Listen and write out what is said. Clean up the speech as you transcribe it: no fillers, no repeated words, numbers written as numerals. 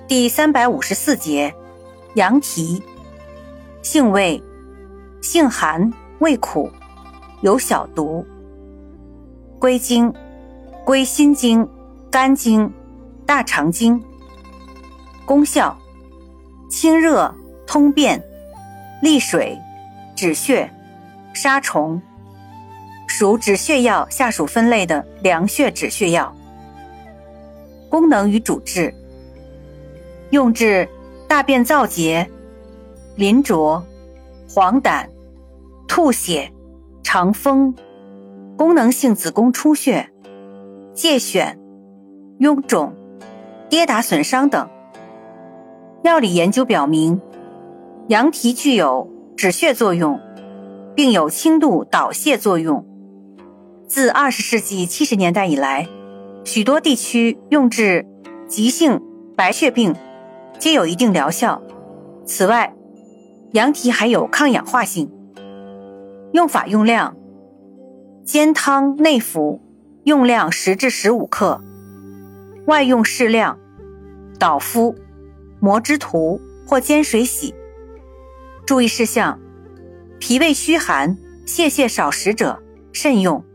第354节，羊蹄。性味，性寒，味苦，有小毒。归经，归心经、肝经、大肠经。功效，清热、通便、利水、止血、杀虫，属止血药下属分类的凉血止血药。功能与主治，用治大便燥结、淋浊、黄疸、吐血、肠风、功能性子宫出血、疥癣、臃肿、跌打损伤等。药理研究表明，羊蹄具有止血作用，并有轻度导泻作用。自20世纪70年代以来，许多地区用治急性白血病皆有一定疗效。此外，羊蹄还有抗氧化性。用法用量，煎汤内服，用量10至15克，外用适量，捣敷，磨汁涂或煎水洗。注意事项，脾胃虚寒、泄泻少食者慎用。